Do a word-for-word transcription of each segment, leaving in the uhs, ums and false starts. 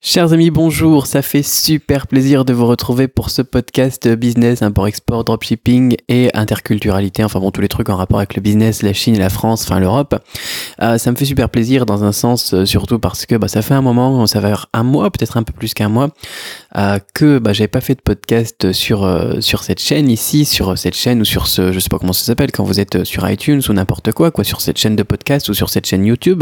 Chers amis, bonjour, ça fait super plaisir de vous retrouver pour ce podcast business, import-export, dropshipping et interculturalité, enfin bon, tous les trucs en rapport avec le business, la Chine, la France, enfin l'Europe. Euh, ça me fait super plaisir dans un sens, euh, surtout parce que bah, ça fait un moment, ça va faire un mois, peut-être un peu plus qu'un mois, euh, que bah, j'avais pas fait de podcast sur, euh, sur cette chaîne ici, sur cette chaîne ou sur ce, je sais pas comment ça s'appelle, quand vous êtes sur iTunes ou n'importe quoi, quoi, sur cette chaîne de podcast ou sur cette chaîne YouTube.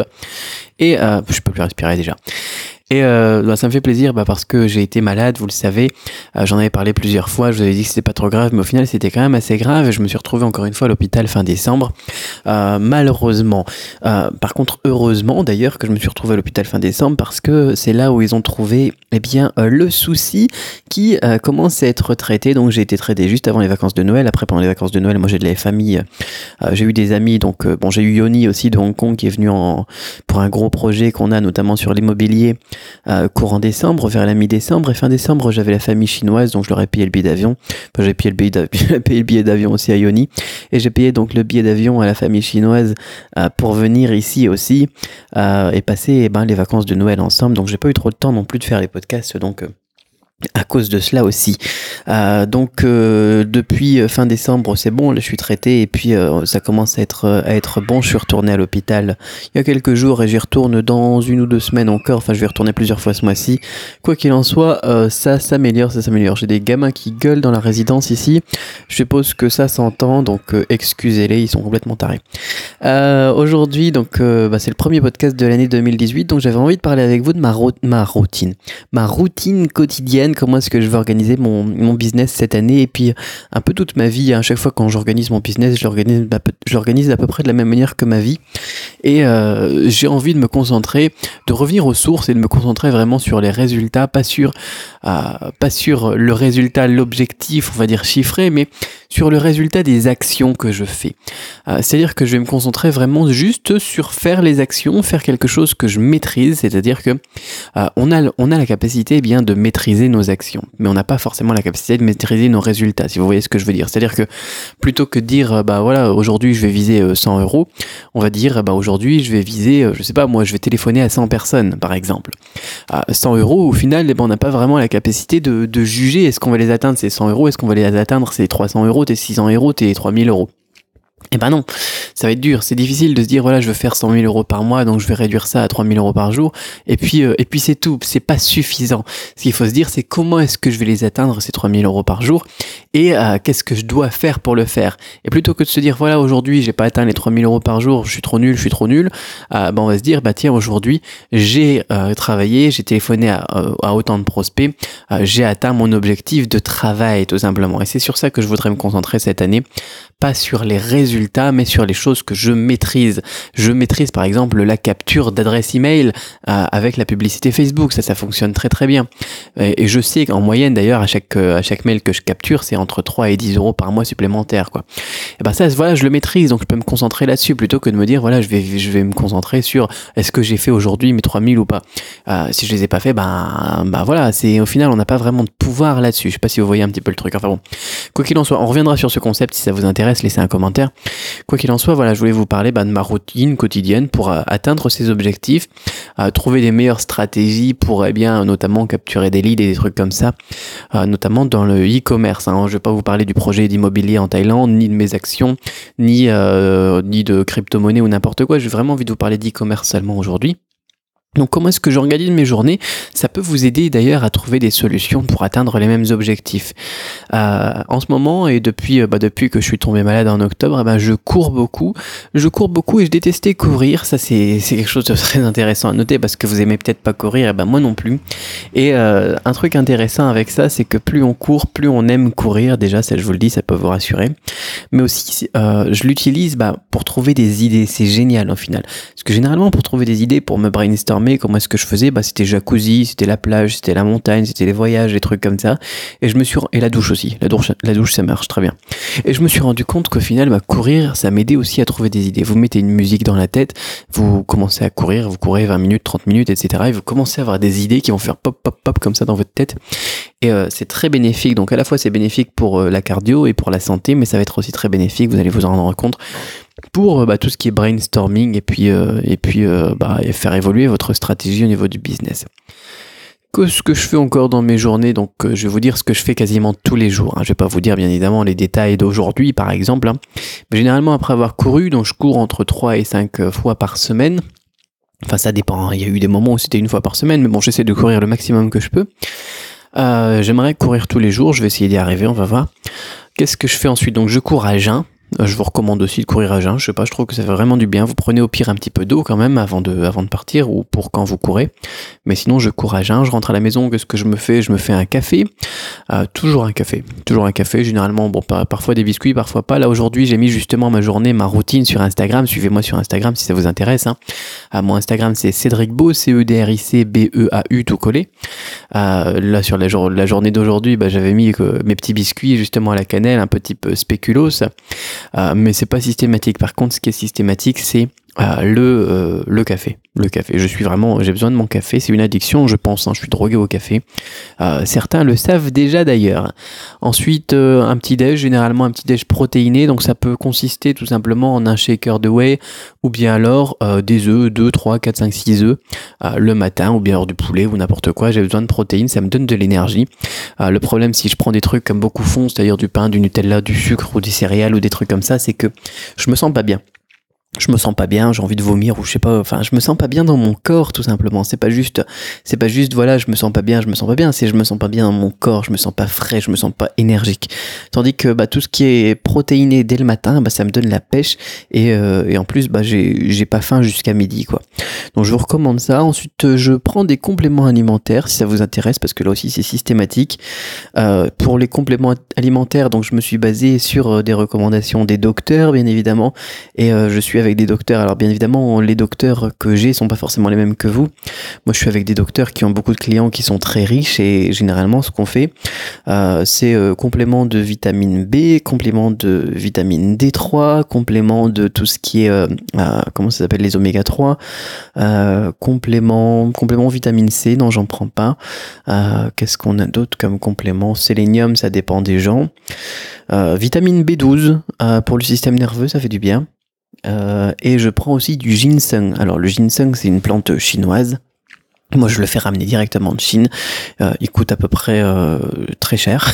Et euh, je peux plus respirer déjà. Et euh, bah, ça me fait plaisir bah, parce que j'ai été malade, vous le savez, euh, j'en avais parlé plusieurs fois, je vous avais dit que c'était pas trop grave, mais au final c'était quand même assez grave et je me suis retrouvé encore une fois à l'hôpital fin décembre, euh, malheureusement. Euh, par contre, heureusement d'ailleurs que je me suis retrouvé à l'hôpital fin décembre parce que c'est là où ils ont trouvé eh bien, euh, le souci qui euh, commence à être traité. Donc j'ai été traité juste avant les vacances de Noël, après pendant les vacances de Noël, moi j'ai de la famille, euh, j'ai eu des amis, donc euh, bon j'ai eu Yoni aussi de Hong Kong qui est venu en, pour un gros projet qu'on a notamment sur l'immobilier. Euh, courant décembre, vers la mi-décembre, et fin décembre j'avais la famille chinoise, donc je leur ai payé le billet d'avion. Enfin, j'ai payé le billet d'avion, payé le billet d'avion aussi à Yoni, et j'ai payé donc le billet d'avion à la famille chinoise euh, pour venir ici aussi euh, et passer eh ben, les vacances de Noël ensemble. Donc j'ai pas eu trop de temps non plus de faire les podcasts, donc euh, à cause de cela aussi. Euh, donc euh, depuis fin décembre c'est bon, là je suis traité et puis euh, ça commence à être, à être bon. Je suis retourné à l'hôpital il y a quelques jours et j'y retourne dans une ou deux semaines encore. Enfin je vais retourner plusieurs fois ce mois-ci. Quoi qu'il en soit, euh, ça s'améliore, ça s'améliore. J'ai des gamins qui gueulent dans la résidence ici. Je suppose que ça s'entend, donc euh, excusez-les, ils sont complètement tarés. Euh, aujourd'hui donc euh, bah, c'est le premier podcast de l'année deux mille dix-huit, donc j'avais envie de parler avec vous de ma, ro- ma routine, ma routine quotidienne. Comment est-ce que je vais organiser mon, mon business cette année et puis un peu toute ma vie. À chaque fois quand j'organise mon business, je l'organise, je l'organise à peu près de la même manière que ma vie. Et euh, j'ai envie de me concentrer, de revenir aux sources et de me concentrer vraiment sur les résultats, pas sur, euh, pas sur le résultat, l'objectif, on va dire chiffré, mais sur le résultat des actions que je fais. Euh, c'est-à-dire que je vais me concentrer vraiment juste sur faire les actions, faire quelque chose que je maîtrise, c'est-à-dire que euh, on a, on a la capacité eh bien de maîtriser nos actions, mais on n'a pas forcément la capacité de maîtriser nos résultats, si vous voyez ce que je veux dire. C'est-à-dire que plutôt que de dire bah voilà, aujourd'hui je vais viser cent euros, on va dire bah aujourd'hui je vais viser, je sais pas moi, je vais téléphoner à cent personnes par exemple. À cent euros, au final, eh ben, on n'a pas vraiment la capacité de, de juger est-ce qu'on va les atteindre ces cent euros, est-ce qu'on va les atteindre ces trois cents euros, tes six cents euros, tes trois mille euros. Eh ben non, ça va être dur, c'est difficile de se dire voilà je veux faire cent mille euros par mois donc je vais réduire ça à trois mille euros par jour et puis, euh, et puis c'est tout, c'est pas suffisant. Ce qu'il faut se dire c'est comment est-ce que je vais les atteindre ces trois mille euros par jour et euh, qu'est-ce que je dois faire pour le faire. Et plutôt que de se dire voilà aujourd'hui j'ai pas atteint les trois mille euros par jour, je suis trop nul, je suis trop nul, euh, ben on va se dire bah tiens aujourd'hui j'ai euh, travaillé, j'ai téléphoné à, à autant de prospects, euh, j'ai atteint mon objectif de travail tout simplement. Et c'est sur ça que je voudrais me concentrer cette année, pas sur les résultats, mais sur les choses que je maîtrise. Je maîtrise par exemple la capture d'adresse email euh, avec la publicité Facebook, ça, ça fonctionne très très bien. Et, et je sais qu'en moyenne d'ailleurs, à chaque, à chaque mail que je capture, c'est entre trois et dix euros par mois supplémentaires, quoi. Et ben ça, voilà, je le maîtrise, donc je peux me concentrer là-dessus plutôt que de me dire, voilà, je vais, je vais me concentrer sur est-ce que j'ai fait aujourd'hui mes trois mille ou pas. Euh, si je les ai pas fait, ben, ben voilà, c'est, au final, on n'a pas vraiment de pouvoir là-dessus. Je sais pas si vous voyez un petit peu le truc. Enfin bon, quoi qu'il en soit, on reviendra sur ce concept si ça vous intéresse, laissez un commentaire. Quoi qu'il en soit, voilà, je voulais vous parler bah, de ma routine quotidienne pour euh, atteindre ces objectifs, euh, trouver des meilleures stratégies pour, eh bien, notamment capturer des leads et des trucs comme ça, euh, notamment dans le e-commerce. Hein. Je vais pas vous parler du projet d'immobilier en Thaïlande, ni de mes actions, ni, euh, ni de crypto-monnaie ou n'importe quoi. J'ai vraiment envie de vous parler d'e-commerce seulement aujourd'hui. Donc comment est-ce que j'organise mes journées? Ça peut vous aider d'ailleurs à trouver des solutions pour atteindre les mêmes objectifs. Euh, en ce moment et depuis, bah, depuis que je suis tombé malade en octobre, bah, je cours beaucoup. Je cours beaucoup et je détestais courir. Ça c'est, c'est quelque chose de très intéressant à noter parce que vous aimez peut-être pas courir, et bah, moi non plus. Et euh, un truc intéressant avec ça, c'est que plus on court, plus on aime courir. Déjà, ça je vous le dis, ça peut vous rassurer. Mais aussi, euh, je l'utilise bah, pour trouver des idées. C'est génial au final. Parce que généralement, pour trouver des idées, pour me brainstormer, comment est-ce que je faisais, bah c'était jacuzzi, c'était la plage, c'était la montagne, c'était les voyages, les trucs comme ça. Et je me suis et la douche aussi, la douche, la douche ça marche très bien. Et je me suis rendu compte qu'au final, bah, courir, ça m'aidait aussi à trouver des idées. Vous mettez une musique dans la tête, vous commencez à courir, vous courez vingt minutes, trente minutes, et cetera. Et vous commencez à avoir des idées qui vont faire pop, pop, pop comme ça dans votre tête. Et euh, c'est très bénéfique. Donc à la fois c'est bénéfique pour euh, la cardio et pour la santé, mais ça va être aussi très bénéfique. Vous allez vous en rendre compte pour bah, tout ce qui est brainstorming et puis, euh, et puis euh, bah, faire évoluer votre stratégie au niveau du business. que ce que je fais encore dans mes journées, donc euh, je vais vous dire ce que je fais quasiment tous les jours. Hein. Je vais pas vous dire bien évidemment les détails d'aujourd'hui par exemple. Hein. Mais généralement après avoir couru, donc je cours entre trois et cinq fois par semaine. Enfin ça dépend, hein. Il y a eu des moments où c'était une fois par semaine, mais bon j'essaie de courir le maximum que je peux. Euh, j'aimerais courir tous les jours, je vais essayer d'y arriver, on va voir. Qu'est-ce que je fais ensuite? Donc je cours à jeun. Je vous recommande aussi de courir à jeun, je sais pas, je trouve que ça fait vraiment du bien. Vous prenez au pire un petit peu d'eau quand même avant de, avant de partir ou pour quand vous courez. Mais sinon je cours à jeun, je rentre à la maison, qu'est-ce que je me fais? Je me fais un café, euh, toujours un café, toujours un café, généralement, bon, par, parfois des biscuits, parfois pas. Là aujourd'hui j'ai mis justement ma journée, ma routine sur Instagram, suivez-moi sur Instagram si ça vous intéresse. Hein. Euh, mon Instagram c'est Cédric Beau, C E D R I C B E A U tout collé. Euh, là sur la, jour, la journée d'aujourd'hui, bah, j'avais mis euh, mes petits biscuits justement à la cannelle, un petit peu spéculoos. Euh, mais c'est pas systématique. Par contre, ce qui est systématique, c'est euh, le euh, le café. Le café. Je suis vraiment, j'ai besoin de mon café. C'est une addiction, je pense. Hein, je suis drogué au café. Euh, certains le savent déjà d'ailleurs. Ensuite, euh, un petit déj, généralement un petit déj protéiné. Donc ça peut consister tout simplement en un shaker de whey ou bien alors euh, des œufs, deux, trois, quatre, cinq, six œufs euh, le matin ou bien alors du poulet ou n'importe quoi. J'ai besoin de protéines, ça me donne de l'énergie. Euh, le problème, si je prends des trucs comme beaucoup font, c'est-à-dire du pain, du Nutella, du sucre ou des céréales ou des trucs comme ça, c'est que je me sens pas bien. Je me sens pas bien, j'ai envie de vomir ou je sais pas, enfin je me sens pas bien dans mon corps tout simplement. C'est pas juste, c'est pas juste voilà, je me sens pas bien, je me sens pas bien, c'est je me sens pas bien dans mon corps, je me sens pas frais, je me sens pas énergique. Tandis que bah tout ce qui est protéiné dès le matin, bah ça me donne la pêche et euh, et en plus bah j'ai j'ai pas faim jusqu'à midi quoi. Donc je vous recommande ça. Ensuite je prends des compléments alimentaires si ça vous intéresse parce que là aussi c'est systématique. Euh, pour les compléments alimentaires, donc je me suis basé sur des recommandations des docteurs bien évidemment et euh, je suis avec des docteurs. Alors bien évidemment, les docteurs que j'ai sont pas forcément les mêmes que vous. Moi, je suis avec des docteurs qui ont beaucoup de clients qui sont très riches et généralement, ce qu'on fait, euh, c'est euh, complément de vitamine B, complément de vitamine D trois, complément de tout ce qui est euh, euh, comment ça s'appelle les oméga trois, euh, complément complément vitamine C. Non, j'en prends pas. Euh, qu'est-ce qu'on a d'autre comme complément? Sélénium, ça dépend des gens. Euh, vitamine B douze euh, pour le système nerveux, ça fait du bien. Euh, et je prends aussi du ginseng. Alors le ginseng c'est une plante chinoise. Moi je le fais ramener directement de Chine. Euh, il coûte à peu près euh, très cher.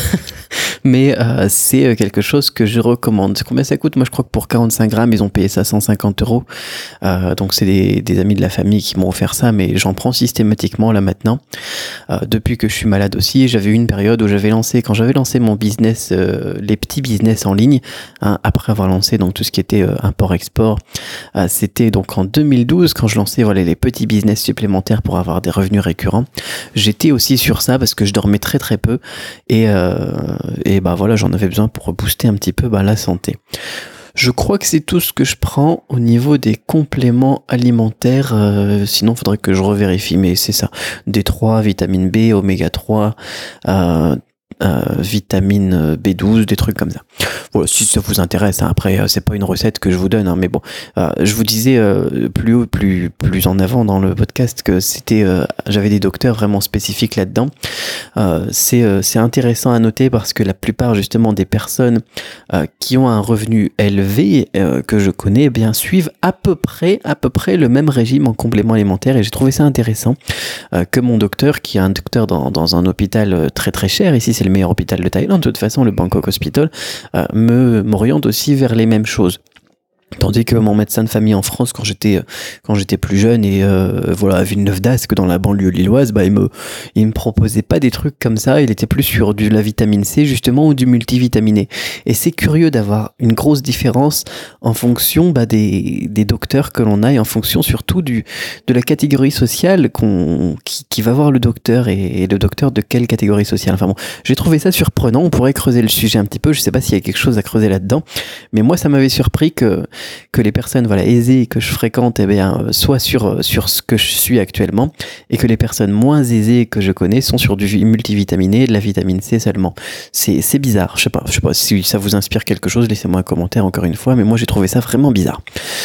Mais euh, c'est quelque chose que je recommande. Combien ça coûte? Moi je crois que pour quarante-cinq grammes ils ont payé ça cent cinquante euros. Euh, donc c'est des, des amis de la famille qui m'ont offert ça, mais j'en prends systématiquement là maintenant. Euh, depuis que je suis malade aussi, j'avais eu une période où j'avais lancé, quand j'avais lancé mon business, euh, les petits business en ligne, hein, après avoir lancé donc tout ce qui était euh, import-export, euh, c'était donc en deux mille douze quand je lançais voilà les petits business supplémentaires pour avoir des revenus récurrents. J'étais aussi sur ça parce que je dormais très très peu et, euh, et bah voilà j'en avais besoin pour booster un petit peu bah, la santé. Je crois que c'est tout ce que je prends au niveau des compléments alimentaires. Euh, sinon, il faudrait que je revérifie, mais c'est ça. D trois, vitamine B, oméga trois, euh, euh, vitamine B douze, des trucs comme ça. Voilà, si ça vous intéresse, hein. Après euh, c'est pas une recette que je vous donne, hein, mais bon, euh, je vous disais euh, plus haut, plus plus en avant dans le podcast que c'était, euh, j'avais des docteurs vraiment spécifiques là-dedans. Euh, c'est euh, c'est intéressant à noter parce que la plupart justement des personnes euh, qui ont un revenu élevé euh, que je connais, eh bien suivent à peu près à peu près le même régime en complément alimentaire et j'ai trouvé ça intéressant euh, que mon docteur, qui est un docteur dans dans un hôpital très très cher, ici c'est le meilleur hôpital de Thaïlande de toute façon, le Bangkok Hospital, euh, me m'oriente aussi vers les mêmes choses. Tandis que mon médecin de famille en France, quand j'étais quand j'étais plus jeune et euh, voilà à Villeneuve d'Ascq dans la banlieue lilloise, bah il me il me proposait pas des trucs comme ça. Il était plus sur de la vitamine C justement ou du multivitaminé. Et c'est curieux d'avoir une grosse différence en fonction bah, des des docteurs que l'on a et en fonction surtout du de la catégorie sociale qu'on qui, qui va voir le docteur et, et le docteur de quelle catégorie sociale. Enfin bon, j'ai trouvé ça surprenant. On pourrait creuser le sujet un petit peu. Je sais pas s'il y a quelque chose à creuser là-dedans, mais moi ça m'avait surpris que que les personnes voilà aisées que je fréquente eh bien soient sur sur ce que je suis actuellement et que les personnes moins aisées que je connais sont sur du multivitaminé et de la vitamine C seulement. C'est c'est bizarre, je sais pas, je sais pas si ça vous inspire quelque chose, laissez-moi un commentaire encore une fois, mais moi j'ai trouvé ça vraiment bizarre.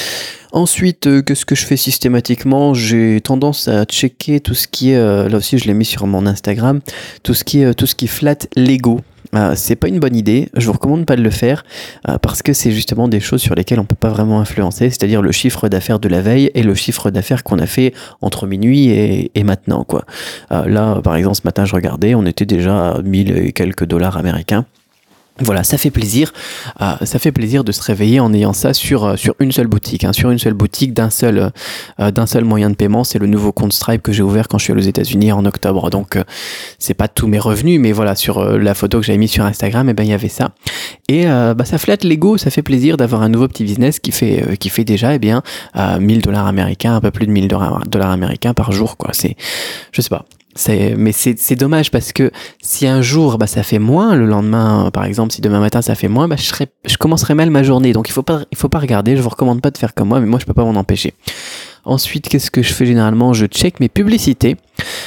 Ensuite, euh, qu'est-ce que je fais systématiquement? J'ai tendance à checker tout ce qui est, euh, là aussi je l'ai mis sur mon Instagram, tout ce qui est, euh, tout ce qui flatte l'ego. Euh, c'est pas une bonne idée, je vous recommande pas de le faire euh, parce que c'est justement des choses sur lesquelles on peut pas vraiment influencer, c'est-à-dire le chiffre d'affaires de la veille et le chiffre d'affaires qu'on a fait entre minuit et, et maintenant, quoi. Euh, là, par exemple, ce matin, je regardais, on était déjà à mille et quelques dollars américains. Voilà, ça fait plaisir, euh, ça fait plaisir de se réveiller en ayant ça sur euh, sur une seule boutique, hein, sur une seule boutique d'un seul euh, d'un seul moyen de paiement. C'est le nouveau compte Stripe que j'ai ouvert quand je suis allé aux États-Unis en octobre. Donc euh, c'est pas tous mes revenus, mais voilà, sur euh, la photo que j'avais mise sur Instagram, et ben il y avait ça. Et euh, bah ça flatte l'ego, ça fait plaisir d'avoir un nouveau petit business qui fait euh, qui fait déjà eh bien euh, mille dollars américains, un peu plus de mille dollars américains par jour, quoi. C'est, je sais pas. C'est, mais c'est, c'est dommage parce que si un jour bah, ça fait moins, le lendemain par exemple, si demain matin ça fait moins, bah, je, serais, je commencerai mal ma journée. Donc il faut pas, il faut pas regarder, je vous recommande pas de faire comme moi, mais moi je peux pas m'en empêcher. Ensuite, qu'est-ce que je fais généralement? Je check mes publicités.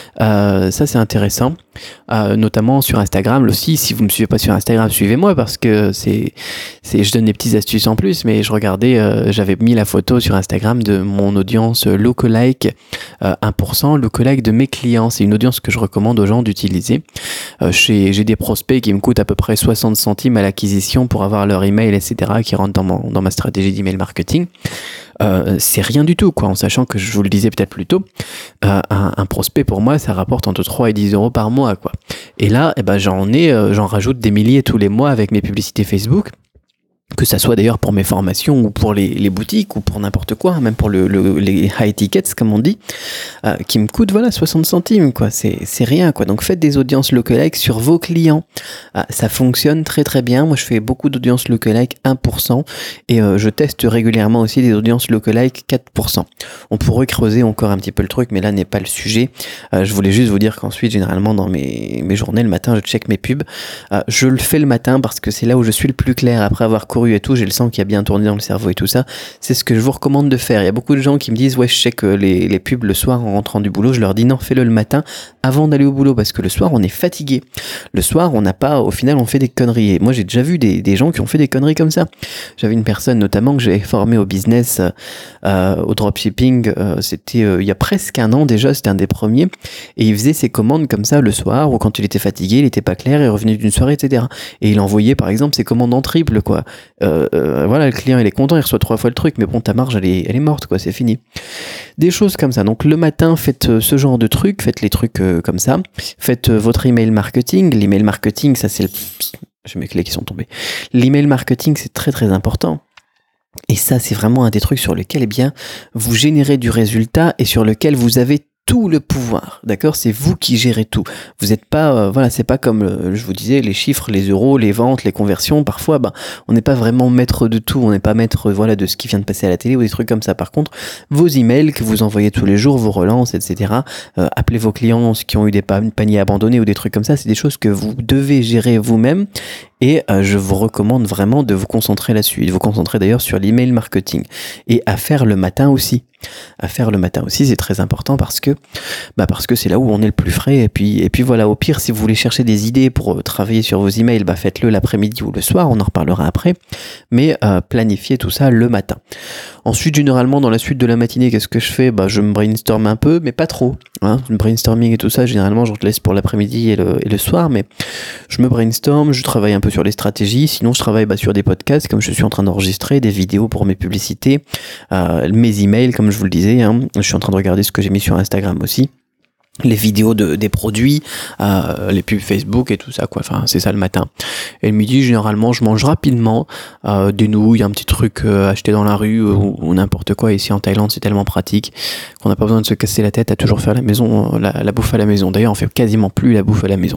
Euh, ça, c'est intéressant. Euh, notamment sur Instagram aussi. Si vous me suivez pas sur Instagram, suivez-moi parce que c'est, c'est, je donne des petites astuces en plus. Mais je regardais, euh, j'avais mis la photo sur Instagram de mon audience lookalike euh, un pour cent, lookalike de mes clients. C'est une audience que je recommande aux gens d'utiliser. Euh, j'ai, j'ai des prospects qui me coûtent à peu près soixante centimes à l'acquisition pour avoir leur email, et cetera, qui rentrent dans, mon, dans ma stratégie d'email marketing. Euh, c'est rien du tout, quoi, en sachant que je vous le disais peut-être plus tôt, euh, un, un prospect pour moi ça rapporte entre trois et dix euros par mois, quoi. Et là eh ben, j'en ai, euh, j'en rajoute des milliers tous les mois avec mes publicités Facebook, que ça soit d'ailleurs pour mes formations ou pour les, les boutiques ou pour n'importe quoi, même pour le, le, les high tickets comme on dit, euh, qui me coûtent voilà soixante centimes, quoi. C'est, c'est rien, quoi. Donc faites des audiences lookalike sur vos clients. Euh, ça fonctionne très très bien. Moi je fais beaucoup d'audiences lookalike un pour cent et euh, je teste régulièrement aussi des audiences lookalike quatre pour cent. On pourrait creuser encore un petit peu le truc, mais là n'est pas le sujet. Euh, je voulais juste vous dire qu'ensuite généralement dans mes, mes journées le matin je check mes pubs. Euh, je le fais le matin parce que c'est là où je suis le plus clair après avoir couru et tout, j'ai le sang qui a bien tourné dans le cerveau et tout ça. C'est ce que je vous recommande de faire. Il y a beaucoup de gens qui me disent ouais je sais que les, les pubs le soir en rentrant du boulot. Je leur dis non, fais-le le matin avant d'aller au boulot parce que le soir on est fatigué. Le soir on n'a pas, au final on fait des conneries. Et moi j'ai déjà vu des, des gens qui ont fait des conneries comme ça. J'avais une personne notamment que j'avais formée au business, euh, au dropshipping, euh, c'était euh, il y a presque un an déjà, c'était un des premiers, et il faisait ses commandes comme ça le soir ou quand il était fatigué, il était pas clair, il revenait d'une soirée, et cetera. Et il envoyait par exemple ses commandes en triple, quoi. Euh, euh, voilà, le client il est content, il reçoit trois fois le truc, mais bon ta marge elle est, elle est morte, quoi, c'est fini. Des choses comme ça. Donc le matin faites ce genre de trucs, faites les trucs euh, comme ça, faites euh, votre email marketing. L'email marketing, ça c'est le... J'ai mes clés qui sont tombées. L'email marketing c'est très très important. Et ça c'est vraiment un des trucs sur lesquels eh bien vous générez du résultat et sur lequel vous avez tout le pouvoir, d'accord? C'est vous qui gérez tout. Vous n'êtes pas, euh, voilà, c'est pas comme euh, je vous disais, les chiffres, les euros, les ventes, les conversions. Parfois, bah, on n'est pas vraiment maître de tout. On n'est pas maître, euh, voilà, de ce qui vient de passer à la télé ou des trucs comme ça. Par contre, vos emails que vous envoyez tous les jours, vos relances, et cetera. Euh, appelez vos clients qui ont eu des paniers abandonnés ou des trucs comme ça. C'est des choses que vous devez gérer vous-même. Et euh, je vous recommande vraiment de vous concentrer là-dessus, et de vous concentrer d'ailleurs sur l'email marketing et à faire le matin aussi. À faire le matin aussi, c'est très important parce que bah parce que c'est là où on est le plus frais. Et puis et puis voilà, au pire, si vous voulez chercher des idées pour euh, travailler sur vos emails, bah faites-le l'après-midi ou le soir. On en reparlera après, mais euh, planifiez tout ça le matin. Ensuite, généralement, dans la suite de la matinée, qu'est-ce que je fais? Bah, je me brainstorm un peu, mais pas trop. Hein. Le brainstorming et tout ça, généralement, je le laisse pour l'après-midi et le, et le soir, mais je me brainstorm, je travaille un peu sur les stratégies. Sinon, je travaille bah, sur des podcasts, comme je suis en train d'enregistrer, des vidéos pour mes publicités, euh, mes emails, comme je vous le disais. Hein. Je suis en train de regarder ce que j'ai mis sur Instagram aussi. Les vidéos de, des produits, euh, les pubs Facebook et tout ça, quoi. Enfin, c'est ça le matin. Et le midi, généralement, je mange rapidement euh, des nouilles, un petit truc euh, acheté dans la rue ou, ou n'importe quoi. Ici en Thaïlande, c'est tellement pratique qu'on n'a pas besoin de se casser la tête à toujours faire la maison, la, la bouffe à la maison. D'ailleurs, on fait quasiment plus la bouffe à la maison.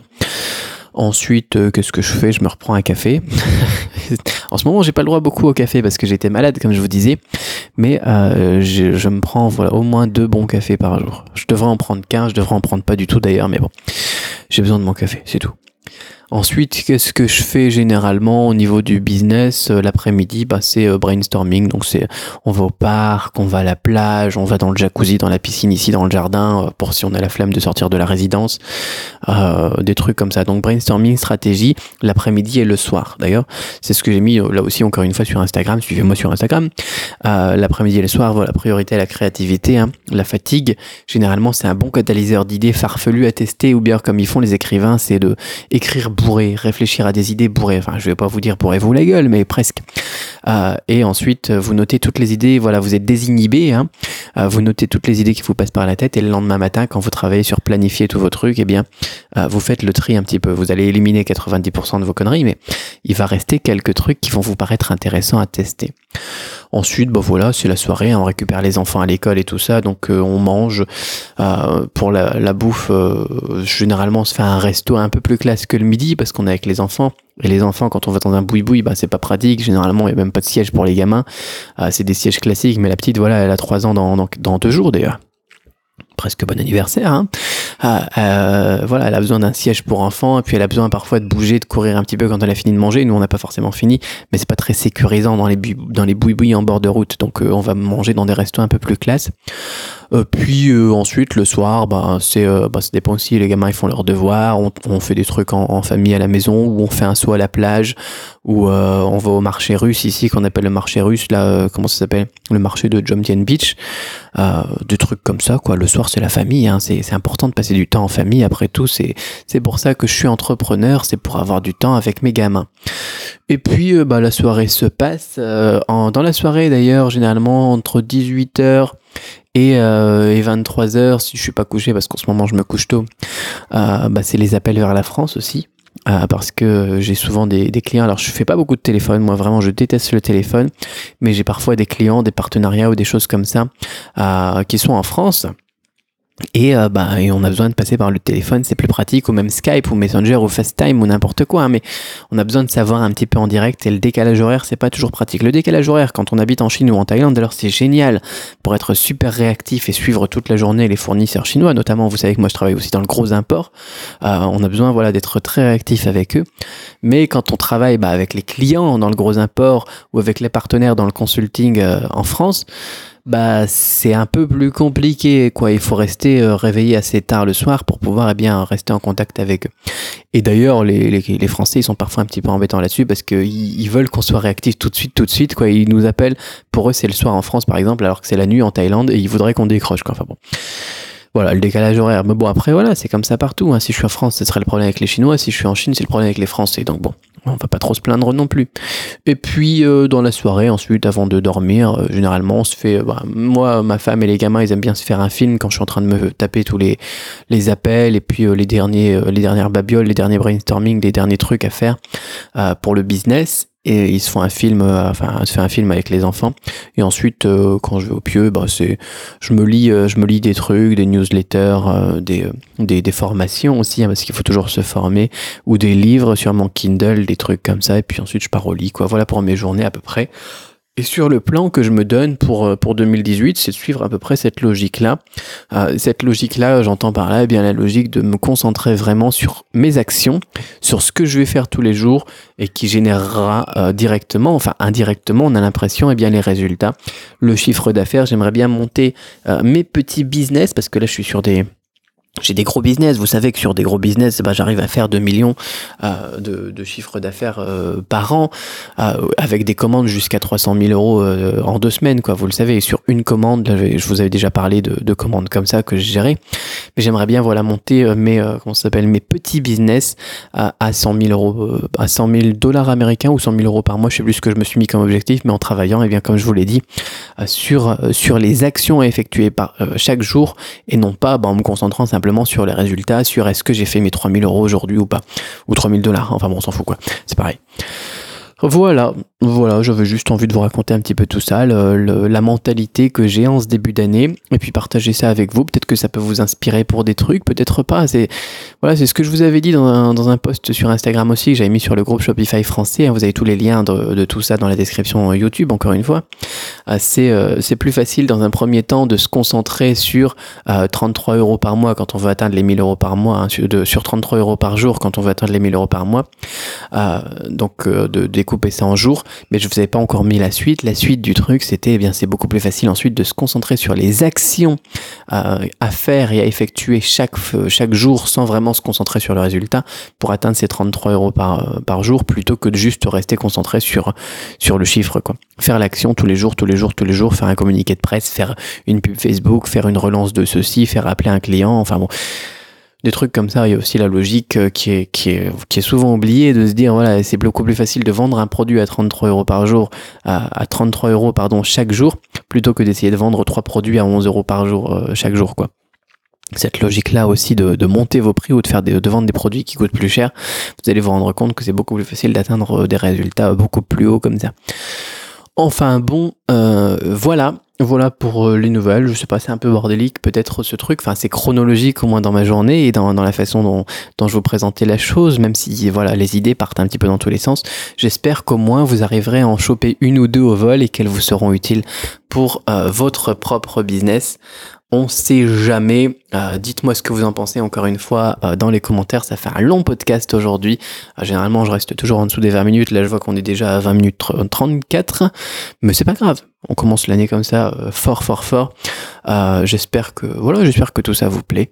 Ensuite, euh, qu'est-ce que je fais? Je me reprends un café. En ce moment, j'ai pas le droit beaucoup au café parce que j'étais malade, comme je vous disais. Mais euh, je, je me prends voilà, au moins deux bons cafés par jour. Je devrais en prendre quinze, je devrais en prendre pas du tout d'ailleurs, mais bon. J'ai besoin de mon café, c'est tout. Ensuite, qu'est-ce que je fais généralement au niveau du business? Euh, L'après-midi, bah, c'est euh, brainstorming. Donc, c'est, on va au parc, on va à la plage, on va dans le jacuzzi, dans la piscine ici, dans le jardin, euh, pour si on a la flemme de sortir de la résidence, euh, des trucs comme ça. Donc, brainstorming, stratégie, l'après-midi et le soir. D'ailleurs, c'est ce que j'ai mis euh, là aussi, encore une fois, sur Instagram. Suivez-moi sur Instagram. Euh, l'après-midi et le soir, voilà, priorité à la créativité, hein. La fatigue, généralement, c'est un bon catalyseur d'idées farfelues à tester, ou bien comme ils font les écrivains, c'est de écrire bourré, réfléchir à des idées bourrées. Enfin, je vais pas vous dire bourrez-vous la gueule, mais presque. Euh, et ensuite, vous notez toutes les idées. Voilà, vous êtes désinhibé, hein. Euh, vous notez toutes les idées qui vous passent par la tête, et le lendemain matin, quand vous travaillez sur planifier tous vos trucs, eh bien, euh, vous faites le tri un petit peu. Vous allez éliminer quatre-vingt-dix pour cent de vos conneries, mais il va rester quelques trucs qui vont vous paraître intéressants à tester. Ensuite, bah voilà, c'est la soirée, on récupère les enfants à l'école et tout ça, donc euh, on mange. Euh, pour la, la bouffe, euh, généralement on se fait un resto un peu plus classe que le midi parce qu'on est avec les enfants. Et les enfants, quand on va dans un boui-boui, bah c'est pas pratique. Généralement, il n'y a même pas de siège pour les gamins. Euh, c'est des sièges classiques, mais la petite, voilà, elle a trois ans dans, dans, dans deux jours d'ailleurs. Presque bon anniversaire, hein. Euh, euh, voilà, elle a besoin d'un siège pour enfants, et puis elle a besoin parfois de bouger, de courir un petit peu quand elle a fini de manger. Nous, on n'a pas forcément fini, mais c'est pas très sécurisant dans les bu- dans les boui-boui en bord de route. Donc, euh, on va manger dans des restos un peu plus classe. Euh, puis euh, ensuite, le soir, bah, c'est, euh, bah, ça dépend aussi. Les gamins, ils font leurs devoirs. On, on fait des trucs en, en famille à la maison, ou on fait un saut à la plage, ou euh, on va au marché russe ici, qu'on appelle le marché russe. Là, euh, comment ça s'appelle? Le marché de Jomtien Beach. Euh, des trucs comme ça, quoi. Le soir, c'est la famille, hein. C'est, c'est important de passer du temps en famille. Après tout, c'est, c'est pour ça que je suis entrepreneur. C'est pour avoir du temps avec mes gamins. Et puis, euh, bah, la soirée se passe. Euh, en, dans la soirée, d'ailleurs, généralement, entre dix-huit heures et, euh, et vingt-trois heures, si je suis pas couché, parce qu'en ce moment, je me couche tôt, euh, bah, c'est les appels vers la France aussi. Euh, parce que j'ai souvent des, des clients, alors je fais pas beaucoup de téléphone, moi vraiment je déteste le téléphone, mais j'ai parfois des clients, des partenariats ou des choses comme ça euh, qui sont en France. Et, euh, bah, et on a besoin de passer par le téléphone, c'est plus pratique, ou même Skype ou Messenger ou FaceTime ou n'importe quoi, hein, mais on a besoin de savoir un petit peu en direct, et le décalage horaire, c'est pas toujours pratique. Le décalage horaire, quand on habite en Chine ou en Thaïlande, alors c'est génial pour être super réactif et suivre toute la journée les fournisseurs chinois, notamment, vous savez que moi je travaille aussi dans le gros import, euh, on a besoin voilà, d'être très réactif avec eux, mais quand on travaille bah, avec les clients dans le gros import ou avec les partenaires dans le consulting euh, en France, bah c'est un peu plus compliqué, quoi. Il faut rester euh, réveillé assez tard le soir pour pouvoir eh bien rester en contact avec eux. Et d'ailleurs, les, les, les Français, ils sont parfois un petit peu embêtants là-dessus parce qu'ils ils veulent qu'on soit réactif tout de suite, tout de suite, quoi. Ils nous appellent. Pour eux, c'est le soir en France, par exemple, alors que c'est la nuit en Thaïlande, et ils voudraient qu'on décroche, quoi. Enfin bon. Voilà, le décalage horaire. Mais bon, après, voilà, c'est comme ça partout, hein. Si je suis en France, ce serait le problème avec les Chinois. Si je suis en Chine, c'est le problème avec les Français. Donc bon, on va pas trop se plaindre non plus. Et puis, euh, dans la soirée, ensuite, avant de dormir, euh, généralement, on se fait... Euh, bah, moi, ma femme et les gamins, ils aiment bien se faire un film quand je suis en train de me taper tous les, les appels, et puis euh, les, derniers, euh, les dernières babioles, les derniers brainstorming, les derniers trucs à faire euh, pour le business. Et ils se font un film, euh, enfin, se fait un film avec les enfants. Et ensuite, euh, quand je vais au pieu, bah, c'est, je me lis, euh, je me lis des trucs, des newsletters, euh, des, des, des formations aussi, hein, parce qu'il faut toujours se former, ou des livres sur mon Kindle, des trucs comme ça. Et puis ensuite, je pars au lit, quoi. Voilà pour mes journées à peu près. Et sur le plan que je me donne pour pour deux mille dix-huit, c'est de suivre à peu près cette logique-là. Euh, cette logique-là, j'entends par là, eh bien la logique de me concentrer vraiment sur mes actions, sur ce que je vais faire tous les jours et qui générera euh, directement, enfin indirectement, on a l'impression, eh bien les résultats, le chiffre d'affaires. J'aimerais bien monter euh, mes petits business parce que là, je suis sur des J'ai des gros business, vous savez que sur des gros business, bah, j'arrive à faire deux millions euh, de, de chiffre d'affaires euh, par an, euh, avec des commandes jusqu'à trois cent mille euros euh, en deux semaines, quoi. Vous le savez, sur une commande, là, je vous avais déjà parlé de, de commandes comme ça que je gérais, mais j'aimerais bien voilà monter euh, mes euh, comment ça s'appelle mes petits business à, à cent mille euros, euh, à cent mille dollars américains ou cent mille euros par mois. Je sais plus ce que je me suis mis comme objectif, mais en travaillant, et eh bien comme je vous l'ai dit, euh, sur euh, sur les actions à effectuer par euh, chaque jour, et non pas bah, en me concentrant simplement sur les résultats, sur est-ce que j'ai fait mes trois mille euros aujourd'hui ou pas, ou trois mille dollars, enfin bon, on s'en fout, quoi, c'est pareil. Voilà, voilà, j'avais juste envie de vous raconter un petit peu tout ça, le, le, la mentalité que j'ai en ce début d'année, et puis partager ça avec vous. Peut-être que ça peut vous inspirer pour des trucs, peut-être pas. C'est voilà, c'est ce que je vous avais dit dans un, dans un post sur Instagram aussi, que j'avais mis sur le groupe Shopify français. Vous avez tous les liens de, de tout ça dans la description YouTube, encore une fois. Euh, c'est, euh, c'est plus facile dans un premier temps de se concentrer sur euh, trente-trois euros par mois quand on veut atteindre les mille euros par mois, hein, sur, de, sur trente-trois euros par jour quand on veut atteindre les mille euros par mois. Euh, donc euh, de découper ça en jours, mais je vous avais pas encore mis la suite. La suite du truc, c'était, eh bien, c'est beaucoup plus facile ensuite de se concentrer sur les actions euh, à faire et à effectuer chaque chaque jour sans vraiment se concentrer sur le résultat pour atteindre ces trente-trois euros par par jour, plutôt que de juste rester concentré sur sur le chiffre, quoi. Faire l'action tous les jours, tous les jours, tous les jours, faire un communiqué de presse, faire une pub Facebook, faire une relance de ceci, faire appeler un client, enfin bon. Des trucs comme ça. Il y a aussi la logique qui est, qui est, qui est souvent oubliée, de se dire, voilà, c'est beaucoup plus facile de vendre un produit à trente-trois euros par jour, à, à trente-trois euros, pardon, chaque jour, plutôt que d'essayer de vendre trois produits à onze euros par jour, euh, chaque jour, quoi. Cette logique-là aussi de, de monter vos prix ou de faire des, de vendre des produits qui coûtent plus cher, vous allez vous rendre compte que c'est beaucoup plus facile d'atteindre des résultats beaucoup plus hauts comme ça. Enfin bon, euh, voilà. Voilà pour euh, les nouvelles. Je sais pas, c'est un peu bordélique peut-être ce truc. Enfin, c'est chronologique au moins dans ma journée et dans, dans la façon dont, dont je vous présentais la chose, même si voilà, les idées partent un petit peu dans tous les sens. J'espère qu'au moins vous arriverez à en choper une ou deux au vol et qu'elles vous seront utiles pour euh, votre propre business. On sait jamais. Euh, dites-moi ce que vous en pensez encore une fois euh, dans les commentaires. Ça fait un long podcast aujourd'hui. Euh, généralement, je reste toujours en dessous des vingt minutes. Là, je vois qu'on est déjà à vingt minutes trente-quatre. Mais c'est pas grave. On commence l'année comme ça, euh, fort, fort, fort. Euh, j'espère que, voilà, j'espère que tout ça vous plaît.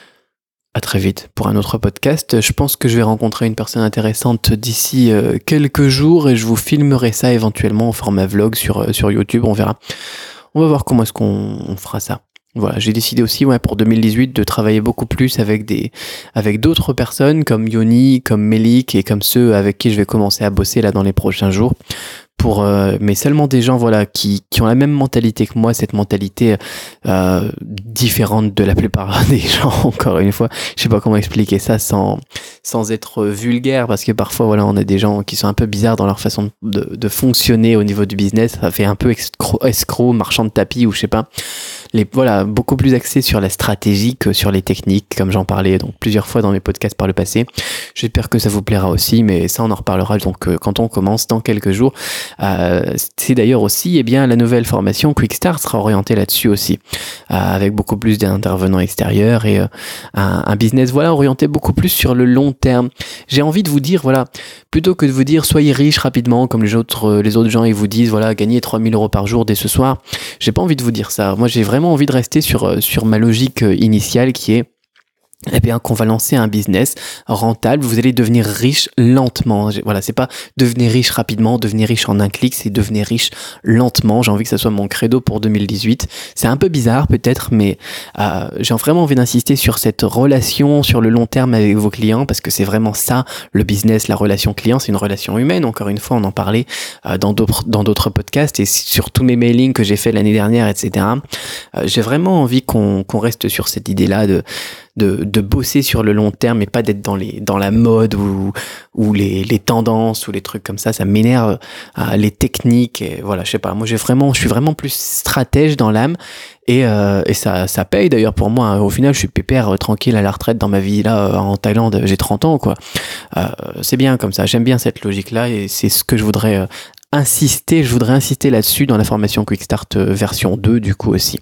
À très vite pour un autre podcast. Je pense que je vais rencontrer une personne intéressante d'ici euh, quelques jours et je vous filmerai ça éventuellement en format vlog sur, euh, sur YouTube. On verra. On va voir comment est-ce qu'on on fera ça. Voilà, j'ai décidé aussi, ouais, pour deux mille dix-huit de travailler beaucoup plus avec des, avec d'autres personnes comme Yoni, comme Melik et comme ceux avec qui je vais commencer à bosser là dans les prochains jours. Pour, euh, mais seulement des gens, voilà, qui, qui ont la même mentalité que moi, cette mentalité euh, différente de la plupart des gens. Encore une fois, je sais pas comment expliquer ça sans, sans être vulgaire, parce que parfois, voilà, on a des gens qui sont un peu bizarres dans leur façon de, de fonctionner au niveau du business. Ça fait un peu escroc, escroc marchand de tapis ou je sais pas. Les, voilà, beaucoup plus axé sur la stratégie que sur les techniques, comme j'en parlais donc plusieurs fois dans mes podcasts par le passé. J'espère que ça vous plaira aussi, mais ça on en reparlera donc euh, quand on commence dans quelques jours. Euh, c'est d'ailleurs aussi, eh bien, la nouvelle formation Quick Start sera orientée là-dessus aussi, euh, avec beaucoup plus d'intervenants extérieurs et euh, un, un business, voilà, orienté beaucoup plus sur le long terme. J'ai envie de vous dire, voilà, plutôt que de vous dire soyez riche rapidement, comme les autres, les autres gens ils vous disent, voilà, gagnez trois mille euros par jour dès ce soir. J'ai pas envie de vous dire ça. Moi, j'ai vraiment envie de rester sur, sur ma logique initiale qui est, eh bien, qu'on va lancer un business rentable, vous allez devenir riche lentement. Voilà, c'est pas devenir riche rapidement, devenir riche en un clic, c'est devenir riche lentement. J'ai envie que ça soit mon credo pour deux mille dix-huit. C'est un peu bizarre peut-être, mais euh, j'ai vraiment envie d'insister sur cette relation sur le long terme avec vos clients, parce que c'est vraiment ça, le business, la relation client, c'est une relation humaine. Encore une fois, on en parlait euh, dans d'autres dans d'autres podcasts et sur tous mes mailings que j'ai fait l'année dernière, et cetera. Euh, j'ai vraiment envie qu'on qu'on reste sur cette idée-là de De, de bosser sur le long terme et pas d'être dans les dans la mode ou ou les les tendances ou les trucs comme ça. Ça m'énerve, euh, les techniques et voilà, je sais pas. Moi, j'ai vraiment, je suis vraiment plus stratège dans l'âme et euh, et ça ça paye d'ailleurs pour moi. Hein. Au final, je suis pépère, euh, tranquille à la retraite dans ma vie là euh, en Thaïlande. J'ai trente ans quoi. Euh, c'est bien comme ça. J'aime bien cette logique là et c'est ce que je voudrais euh, insister, je voudrais insister là-dessus dans la formation Quick Start euh, version deux du coup aussi.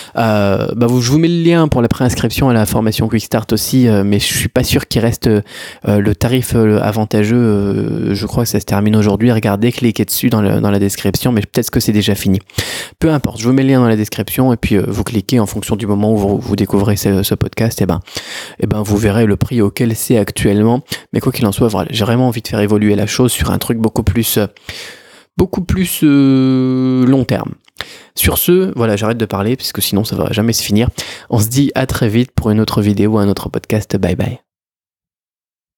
Euh, bah vous, je vous mets le lien pour la préinscription à la formation Quick Start aussi, euh, mais je suis pas sûr qu'il reste euh, le tarif euh, avantageux. Euh, je crois que ça se termine aujourd'hui. Regardez, cliquez dessus dans, le, dans la description, mais peut-être que c'est déjà fini. Peu importe, je vous mets le lien dans la description et puis euh, vous cliquez en fonction du moment où vous, vous découvrez ce, ce podcast. Et ben, et ben vous verrez le prix auquel c'est actuellement. Mais quoi qu'il en soit, voilà, j'ai vraiment envie de faire évoluer la chose sur un truc beaucoup plus, euh, beaucoup plus euh, long terme. Sur ce, voilà, j'arrête de parler parce que sinon ça va jamais se finir. On se dit à très vite pour une autre vidéo ou un autre podcast. Bye bye.